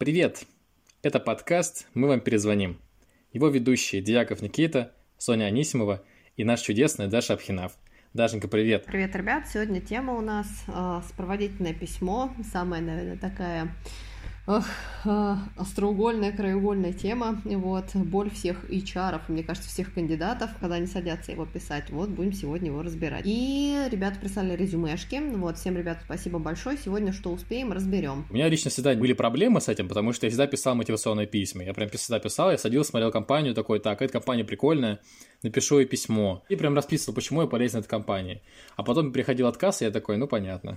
Привет! Это подкаст «Мы вам перезвоним». Его ведущие Дьяков Никита, Соня Анисимова и наш чудесный Даша Абхинав. Дашенька, привет! Привет, ребят! Сегодня тема у нас сопроводительное письмо. Самая, наверное, такая остроугольная, краеугольная тема. Вот, боль всех HR-ов, мне кажется, всех кандидатов, когда они садятся его писать. Вот, будем сегодня его разбирать. И ребята прислали резюмешки. Вот, всем, ребят, спасибо большое. Сегодня что успеем, разберем. У меня лично всегда были проблемы с этим, потому что я всегда писал мотивационные письма. Я прям всегда писал, я садился, смотрел компанию, такой, так, эта компания прикольная, напишу ей письмо. И прям расписывал, почему я полезен этой компании. А потом приходил отказ, и я такой, ну, понятно.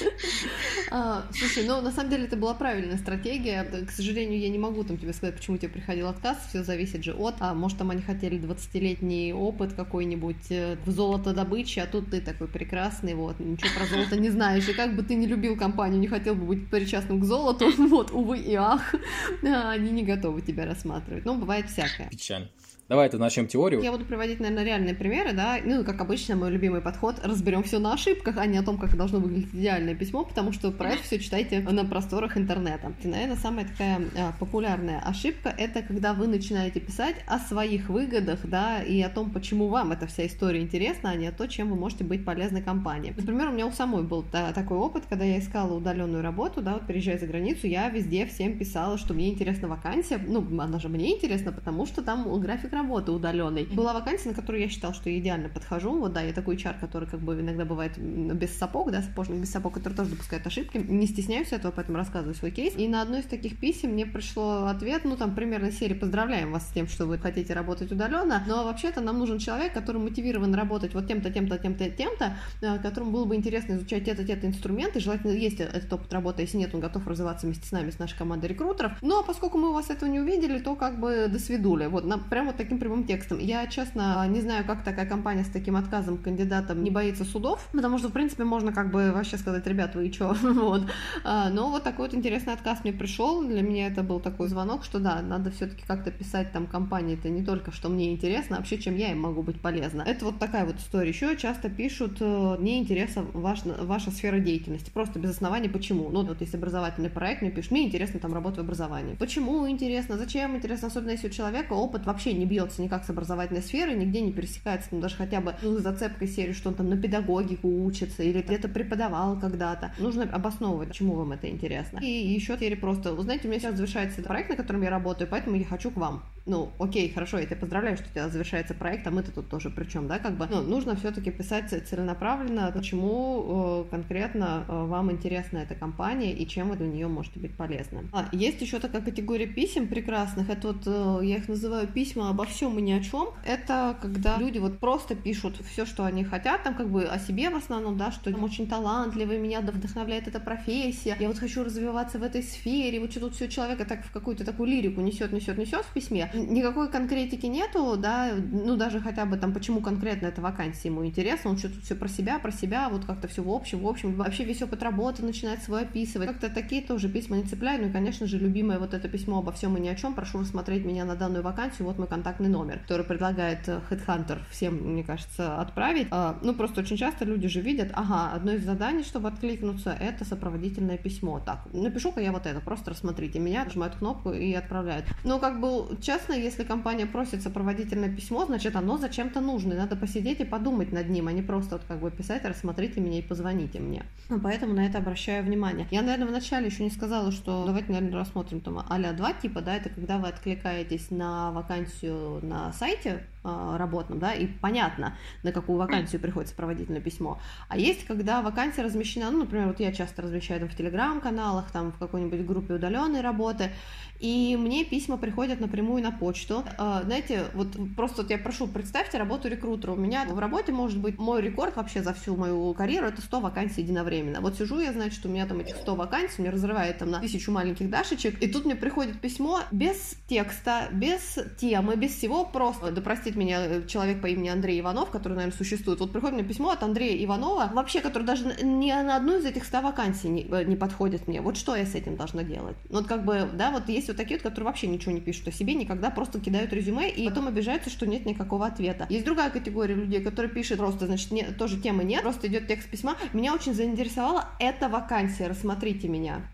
Слушай, ну, на самом деле, это была правильная стратегия. К сожалению, я не могу там тебе сказать, почему тебе приходил отказ. Все зависит же от... может, там они хотели 20-летний опыт какой-нибудь в золотодобыче, а тут ты такой прекрасный, вот, ничего про золото не знаешь. И как бы ты не любил компанию, не хотел бы быть причастным к золоту, вот, увы и ах, они не готовы тебя рассматривать. Ну, бывает всякое. Печаль. Давай-то начнем теорию. Я буду приводить, наверное, реальные примеры, да, ну, как обычно, мой любимый подход, разберем все на ошибках, а не о том, как должно выглядеть идеальное письмо, потому что про это все читайте на просторах интернета. И, наверное, самая такая популярная ошибка — это когда вы начинаете писать о своих выгодах, да, и о том, почему вам эта вся история интересна, а не о том, чем вы можете быть полезной компании. Например, у меня у самой был такой опыт, когда я искала удаленную работу, да, вот переезжая за границу, я везде всем писала, что мне интересна вакансия, ну, она же мне интересна, потому что там график работы удаленной. Была вакансия, на которую я считала, что я идеально подхожу. Вот, да, я такой HR, который как бы иногда бывает без сапог, да, сапожник без сапог, который тоже допускает ошибки. Не стесняюсь этого, поэтому рассказываю свой кейс. И на одно из таких писем мне пришло ответ, ну, там, примерно серии «Поздравляем вас с тем, что вы хотите работать удаленно, но вообще-то нам нужен человек, который мотивирован работать вот тем-то, тем-то, тем-то, тем-то, которому было бы интересно изучать те-то инструменты, желательно есть этот опыт работы, если нет, он готов развиваться вместе с нами, с нашей командой рекрутеров. Ну, а поскольку мы у вас этого не увидели, то как бы до свидули. Вот, прям вот таким прямым текстом. Я, честно, не знаю, как такая компания с таким отказом кандидатам не боится судов, потому что, в принципе, можно как бы вообще сказать, ребят, вы и чё? Вот. Но вот такой вот интересный отказ мне пришел. Для меня это был такой звонок, что да, надо все-таки как-то писать там компании-то не только, что мне интересно, а вообще, чем я им могу быть полезна. Это вот такая вот история. Еще часто пишут, мне интересна ваша сфера деятельности. Просто без оснований, почему. Ну, вот есть образовательный проект, мне пишут, мне интересно там работать в образовании. Почему интересно? Зачем интересно? Особенно если у человека опыт вообще не бьется никак с образовательной сферы, нигде не пересекается, ну, даже хотя бы зацепкой серии, что он там на педагогику учится или где-то преподавал когда-то. Нужно обосновывать, почему вам это интересно. И еще серии просто, вы знаете, у меня сейчас завершается проект, на котором я работаю, поэтому я хочу к вам. Ну, окей, хорошо, я тебя поздравляю, что у тебя завершается проект, а мы-то тут тоже причем, да, как бы, ну, нужно все-таки писать целенаправленно, почему конкретно вам интересна эта компания и чем вы для нее можете быть полезны. Есть еще такая категория писем прекрасных, это вот, я их называю письма обо всем и ни о чем. Это когда люди вот просто пишут все, что они хотят, там как бы о себе в основном, да, что я очень талантливый, меня вдохновляет эта профессия, я вот хочу развиваться в этой сфере, вот что тут все человека так в какую-то такую лирику несет в письме. Никакой конкретики нету, да, ну даже хотя бы там, почему конкретно эта вакансия ему интересна, он что тут все про себя, вот как-то все в общем, вообще весь опыт работы начинает свой описывать. Как-то такие тоже письма не цепляют, ну и, конечно же, любимое вот это письмо обо всем и ни о чем, прошу рассмотреть меня на данную вакансию, вот мой контактный номер, который предлагает HeadHunter всем, мне кажется, отправить. Ну, просто очень часто люди же видят, одно из заданий, чтобы откликнуться, это сопроводительное письмо. Так, напишу-ка я вот это, просто рассмотрите меня, нажимают кнопку и отправляют. Но, как бы, честно, если компания просит сопроводительное письмо, значит, оно зачем-то нужно, и надо посидеть и подумать над ним, а не просто вот как бы писать, рассмотрите меня и позвоните мне. Поэтому на это обращаю внимание. Я, наверное, вначале еще не сказала, что давайте, наверное, рассмотрим там а-ля два типа, да, это когда вы откликаетесь на вакансию на сайте работном, да, и понятно, на какую вакансию приходит сопроводительное письмо. А есть, когда вакансия размещена, ну, например, вот я часто размещаю там в телеграм-каналах, там в какой-нибудь группе удаленной работы, и мне письма приходят напрямую на почту. Знаете, вот просто вот я прошу, представьте работу рекрутера. У меня в работе, может быть, мой рекорд вообще за всю мою карьеру — это 100 вакансий единовременно. Вот сижу я, значит, у меня там этих 100 вакансий, меня разрывает там на 1000 маленьких дашечек, и тут мне приходит письмо без текста, без темы, без всего, просто, да простит меня человек по имени Андрей Иванов, который, наверное, существует. Вот приходит мне письмо от Андрея Иванова, вообще, который даже ни на одну из этих 100 вакансий не подходит мне. Вот что я с этим должна делать? Вот как бы, да, вот есть вот такие вот, которые вообще ничего не пишут о себе, никогда просто кидают резюме и потом обижаются, что нет никакого ответа. Есть другая категория людей, которые пишут просто, значит, тоже темы нет, просто идет текст письма. Меня очень заинтересовала эта вакансия, рассмотрите меня.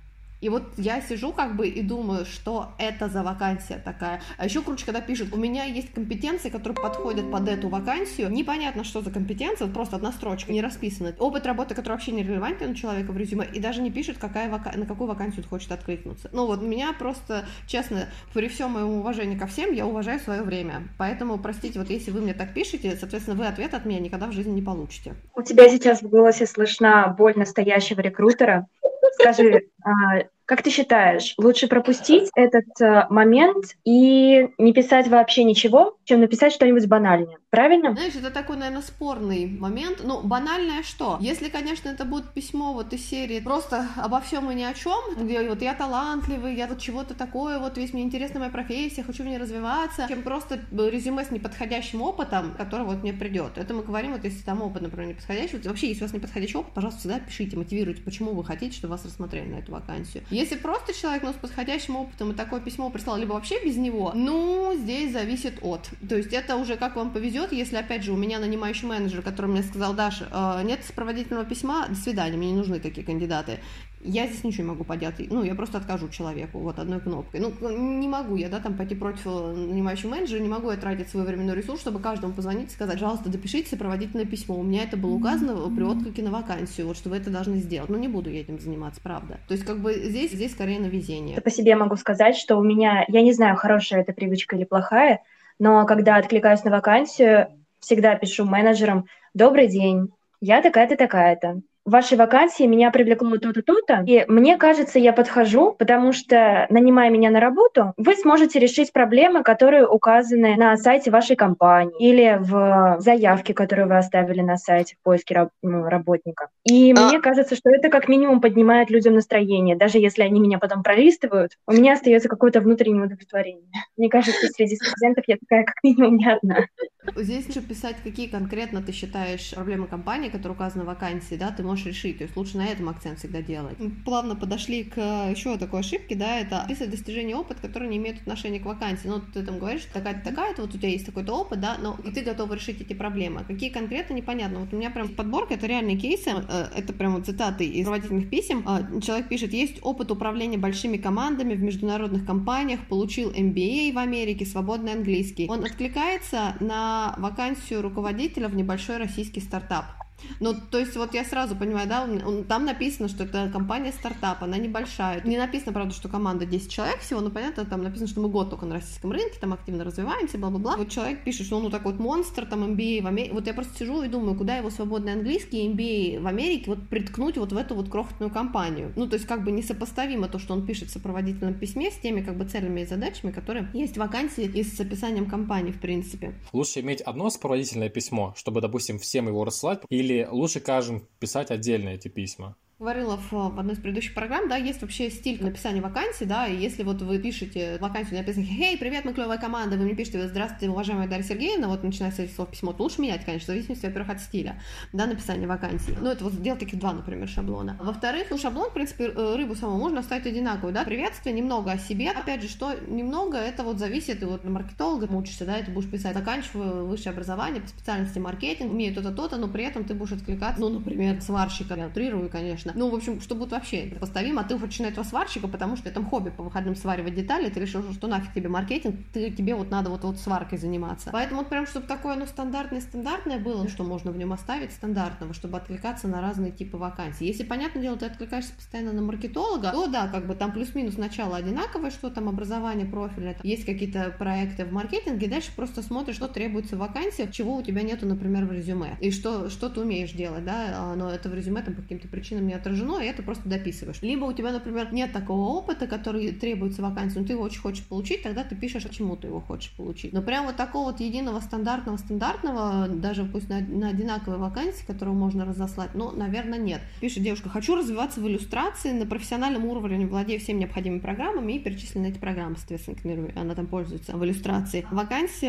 И вот я сижу как бы и думаю, что это за вакансия такая. А еще круче, когда пишут, у меня есть компетенции, которые подходят под эту вакансию. Непонятно, что за компетенция, просто одна строчка, не расписана. Опыт работы, который вообще не релевантен у человека в резюме, и даже не пишет, на какую вакансию он хочет откликнуться. Ну вот меня просто, честно, при всем моем уважении ко всем, я уважаю свое время. Поэтому, простите, вот если вы мне так пишете, соответственно, вы ответ от меня никогда в жизни не получите. У тебя сейчас в голосе слышна боль настоящего рекрутера. Скажи, как ты считаешь, лучше пропустить этот момент и не писать вообще ничего, чем написать что-нибудь банальное, правильно? Знаешь, это такой, наверное, спорный момент. Ну, банальное что? Если, конечно, это будет письмо вот из серии просто обо всем и ни о чем, где вот я талантливый, я вот чего-то такое, вот весь мне интересна моя профессия, хочу в ней развиваться, чем просто резюме с неподходящим опытом, который вот мне придет. Это мы говорим, вот если там опыт, например, неподходящий. Вообще, если у вас неподходящий опыт, пожалуйста, всегда пишите, мотивируйте, почему вы хотите, чтобы вас рассмотрели на эту вакансию. Если просто человек, ну, с подходящим опытом и такое письмо прислал, либо вообще без него, ну, здесь зависит от. То есть это уже как вам повезет, если, опять же, у меня нанимающий менеджер, который мне сказал: Даша, нет сопроводительного письма, до свидания, мне не нужны такие кандидаты. Я здесь ничего не могу поделать, ну, я просто откажу человеку вот одной кнопкой. Ну, не могу я, да, там пойти против нанимающего менеджера, не могу я тратить свой временной ресурс, чтобы каждому позвонить и сказать: пожалуйста, допишите сопроводительное письмо, у меня это было указано при отклике на вакансию, вот что вы это должны сделать. Ну, не буду я этим заниматься, правда. То есть, как бы, здесь скорее на везение. По себе могу сказать, что у меня, я не знаю, хорошая это привычка или плохая, но когда откликаюсь на вакансию, всегда пишу менеджерам: добрый день, я такая-то, такая-то. В вашей вакансии меня привлекло то-то, то-то, и мне кажется, я подхожу, потому что, нанимая меня на работу, вы сможете решить проблемы, которые указаны на сайте вашей компании или в заявке, которую вы оставили на сайте в поиске работника. И мне кажется, что это как минимум поднимает людям настроение. Даже если они меня потом пролистывают, у меня остается какое-то внутреннее удовлетворение. Мне кажется, среди студентов я такая как минимум не одна. Здесь лучше писать, какие конкретно ты считаешь проблемы компании, которые указаны в вакансии, да, ты можешь решить, то есть лучше на этом акцент всегда делать. Плавно подошли к еще такой ошибке, да, это описывать достижения опыта, которые не имеют отношения к вакансии. Ну, ты там говоришь, что такая-то, вот у тебя есть такой-то опыт, да, но и ты готова решить эти проблемы. Какие конкретно, непонятно. Вот у меня прям подборка, это реальные кейсы, это прям вот цитаты из сопроводительных писем. Человек пишет: есть опыт управления большими командами в международных компаниях, получил MBA в Америке, свободный английский. Он откликается на вакансию руководителя в небольшой российский стартап. Ну, то есть, вот я сразу понимаю, да, там написано, что это компания стартап, она небольшая. Не написано, правда, что команда 10 человек всего, но понятно, там написано, что мы год только на российском рынке, там активно развиваемся, бла-бла-бла. Вот человек пишет, что он вот такой вот монстр, там MBA в Америке. Вот я просто сижу и думаю, куда его свободный английский и MBA в Америке вот приткнуть вот в эту вот крохотную компанию. Ну, то есть, как бы несопоставимо то, что он пишет в сопроводительном письме с теми, как бы, целями и задачами, которые есть в вакансии и с описанием компании, в принципе. Лучше иметь одно сопроводительное письмо, чтобы, допустим, всем его рассылать, или лучше каждым писать отдельно эти письма? Говорила в одной из предыдущих программ, да, есть вообще стиль написания вакансий, да, и если вот вы пишете вакансию, написано: «Хей, привет, мы клевая команда», вы мне пишете: «Здравствуйте, уважаемая Дарья Сергеевна», вот начинается с этих слов письмо, то лучше менять, конечно, в зависимости, во-первых, от стиля, да, написания вакансий. Ну, это вот сделать таких два, например, шаблона. Во-вторых, ну, шаблон, в принципе, рыбу саму можно оставить одинаковую, да, приветствие, немного о себе, опять же, что немного, это вот зависит, и вот на маркетолога учишься, да, ты будешь писать: заканчиваю высшее образование по специальности маркетинг, умею то-то, то-то, но при этом ты будешь откликаться, ну, например, сварщика, я утрирую, конечно, ну, в общем, что будет вообще поставим, а ты хочешь на этого сварщика, потому что это хобби по выходным сваривать детали, ты решил, что нафиг тебе маркетинг, тебе вот надо вот сваркой заниматься. Поэтому вот прям, чтобы такое, ну, стандартное было, что можно в нем оставить стандартного, чтобы откликаться на разные типы вакансий. Если, понятное дело, ты откликаешься постоянно на маркетолога, то да, как бы там плюс-минус начало одинаковое, что там образование, профиль, это есть какие-то проекты в маркетинге, и дальше просто смотришь, что требуется в вакансии, чего у тебя нету, например, в резюме, и что ты умеешь делать, да, но это в резюме там по каким-то причинам не отражено, и это просто дописываешь. Либо у тебя, например, нет такого опыта, который требуется в вакансии, но ты его очень хочешь получить, тогда ты пишешь, почему ты его хочешь получить. Но прям вот такого вот единого стандартного, даже пусть на одинаковой вакансии, которую можно разослать, ну, наверное, нет. Пишет девушка: хочу развиваться в иллюстрации, на профессиональном уровне владею всеми необходимыми программами, и перечислены эти программы, соответственно, она там пользуется в иллюстрации. Вакансия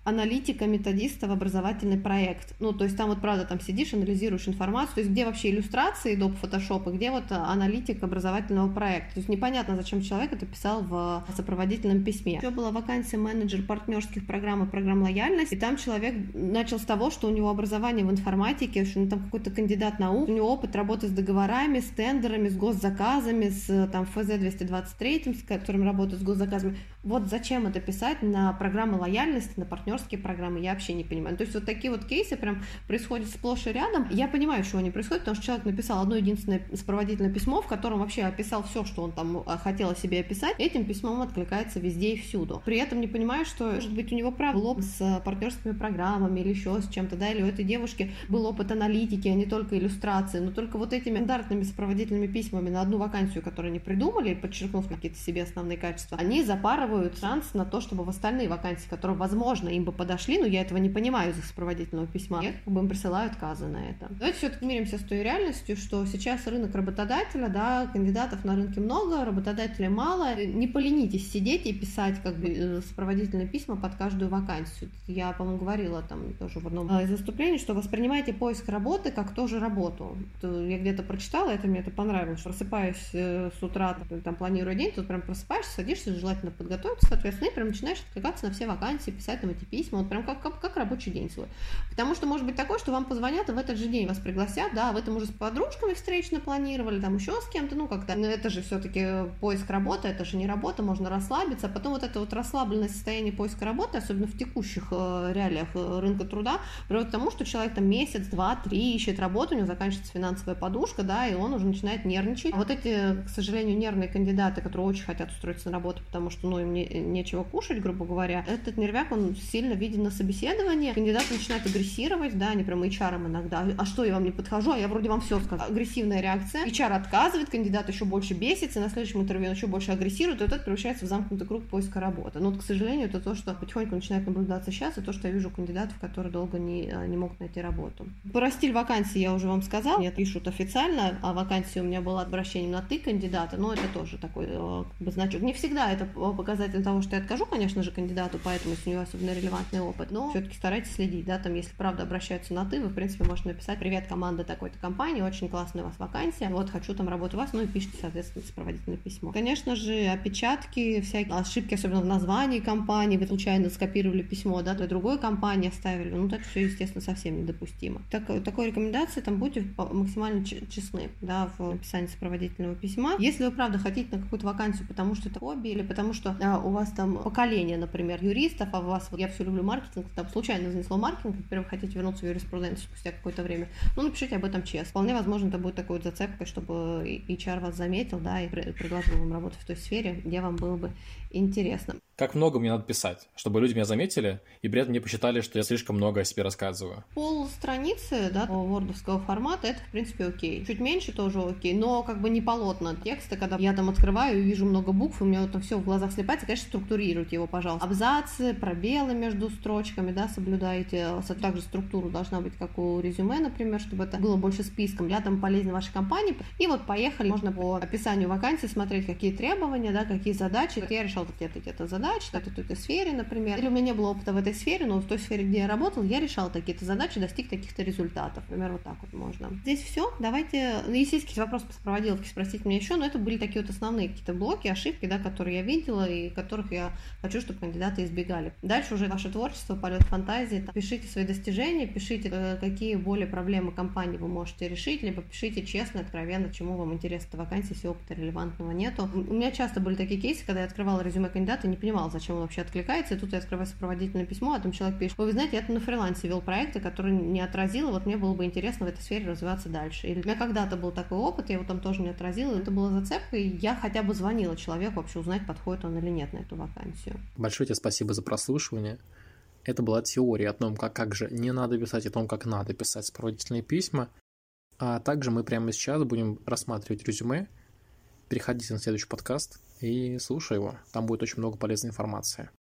аналитика методиста в образовательный проект. Ну, то есть там вот, правда, там сидишь, анализируешь информацию, то есть где вообще иллюстрации доп. Фотошопа, где вот аналитик образовательного проекта. То есть непонятно, зачем человек это писал в сопроводительном письме. Еще была вакансия менеджер партнерских программ и программ лояльности, и там человек начал с того, что у него образование в информатике, что он там какой-то кандидат наук, у него опыт работы с договорами, с тендерами, с госзаказами, с там ФЗ-223, с которым работают с госзаказами. Вот зачем это писать на программы лояльности, на партнерские программы, я вообще не понимаю. То есть вот такие вот кейсы прям происходят сплошь и рядом. Я понимаю, чего они происходят, потому что человек написал одно единственное сопроводительное письмо, в котором вообще описал все, что он там хотел о себе описать. Этим письмом откликается везде и всюду. При этом не понимаю, что, может быть, у него правда был опыт с партнерскими программами или еще с чем-то, да, или у этой девушки был опыт аналитики, а не только иллюстрации. Но только вот этими стандартными сопроводительными письмами на одну вакансию, которую они придумали, подчеркнув какие-то себе основные качества, они запарывают шанс на то, чтобы в остальные вакансии, которые, возможно, им бы подошли, но я этого не понимаю из их сопроводительного письма, я как бы им присылаю отказы на это. Давайте все-таки миримся с той реальностью, что сейчас рынок работодателя, да, кандидатов на рынке много, работодателей мало. Не поленитесь сидеть и писать как бы сопроводительные письма под каждую вакансию. Я, по-моему, говорила там тоже в одном из выступлений, что воспринимайте поиск работы как тоже работу. Я где-то прочитала, мне это понравилось. Просыпаюсь с утра, там планирую день, тут прям просыпаешься, садишься, желательно подготовиться, соответственно, и прям начинаешь откликаться на все вакансии, писать там эти письма, вот прям как рабочий день свой. Потому что может быть такое, что вам позвонят, и в этот же день вас пригласят, да, вы там уже с подружками встреч напланировали, там еще с кем-то, ну как-то, но это же все-таки поиск работы, это же не работа, можно расслабиться, а потом вот это вот расслабленное состояние поиска работы, особенно в текущих реалиях рынка труда, приводит к тому, что человек там месяц, два, три ищет работу, у него заканчивается финансовая подушка, да, и он уже начинает нервничать. А вот эти, к сожалению, нервные кандидаты, которые очень хотят устроиться на работу, потому что, ну, им нечего кушать, грубо говоря, этот нервяк, он сильно виден на собеседовании, кандидаты начинают агрессировать, да, они прям HR иногда, а что, я вам не подхожу, а я вроде вам все сказала. Агрессивная реакция, HR отказывает, кандидат еще больше бесится, на следующем интервью он еще больше агрессирует, и вот это превращается в замкнутый круг поиска работы. Но вот, к сожалению, это то, что потихоньку начинает наблюдаться сейчас, и то, что я вижу у кандидатов, которые долго не могут найти работу. Про стиль вакансий я уже вам сказала, мне пишут официально, а вакансия у меня была обращением на «ты» кандидата, но это тоже такой как бы значок. Не всегда это показатель того, что я откажу, конечно же, кандидату, поэтому если у него особенно релевантный опыт, но все-таки старайтесь следить, да, там, если правда обращаются на «ты», вы, в принципе, можете написать: «Привет, команда такой-то компании, очень классная у вас вакансия, вот, хочу там работать у вас», ну и пишите, соответственно, сопроводительное письмо. Конечно же, опечатки, всякие ошибки, особенно в названии компании, вы случайно скопировали письмо, да, для другой компании оставили, ну, это все, естественно, совсем недопустимо. Такой рекомендации, там, будьте максимально честны, да, в написании сопроводительного письма. Если вы, правда, хотите на какую-то вакансию, потому что это хобби, или потому что у вас там поколение, например, юристов, а у вас, вот я все люблю маркетинг, там случайно занесло маркетинг, теперь вы хотите вернуться в юриспруденцию спустя какое-то время, ну, напишите об этом честно. Вполне возможно, это будет такой вот зацепкой, чтобы HR вас заметил, да, и предложил вам работать в той сфере, где вам было бы интересно. Как много мне надо писать, чтобы люди меня заметили, и при этом не посчитали, что я слишком много о себе рассказываю? Пол страницы, да, вордовского формата, это, в принципе, окей. Чуть меньше тоже окей, но как бы не полотна текста, когда я там открываю и вижу много букв, и у меня вот там все в глазах слепается, конечно, структурируйте его, пожалуйста. Абзацы, пробелы между строчками, да, соблюдайте. Также структура должна быть, как у резюме, например, чтобы это было больше списком. Рядом полезны вашей компании. И вот поехали, можно по описанию вакансии смотреть, какие требования, да, какие задачи. Я решал такие-то задачи, в этой сфере, например. Или у меня не было опыта в этой сфере, но в той сфере, где я работал, я решал такие-то задачи, достиг таких-то результатов. Например, вот так вот можно. Здесь все. Давайте, если есть какие-то вопросы по сопроводиловке, спросите меня еще, но это были такие вот основные какие-то блоки, ошибки, да, которые я видела и которых я хочу, чтобы кандидаты избегали. Дальше уже ваше творчество, полет фантазии. Там, пишите свои достижения, пишите, какие боли, проблемы компании вы можете решить, либо пишите честно, откровенно, чему вам интересна эта вакансия, если опыта релевантного нету. У меня часто были такие кейсы, когда я открывала резюме кандидата и не понимала, зачем он вообще откликается, и тут я открываю сопроводительное письмо, а там человек пишет: вы знаете, я на фрилансе вел проекты, которые не отразила, вот мне было бы интересно в этой сфере развиваться дальше. Или у меня когда-то был такой опыт, я его там тоже не отразила, это была зацепка, и я хотя бы звонила человеку вообще узнать, подходит он или нет на эту вакансию. Большое тебе спасибо за прослушивание. Это была теория о том, как же не надо писать, о том, как надо писать сопроводительные письма. А также мы прямо сейчас будем рассматривать резюме. Переходите на следующий подкаст и слушай его. Там будет очень много полезной информации.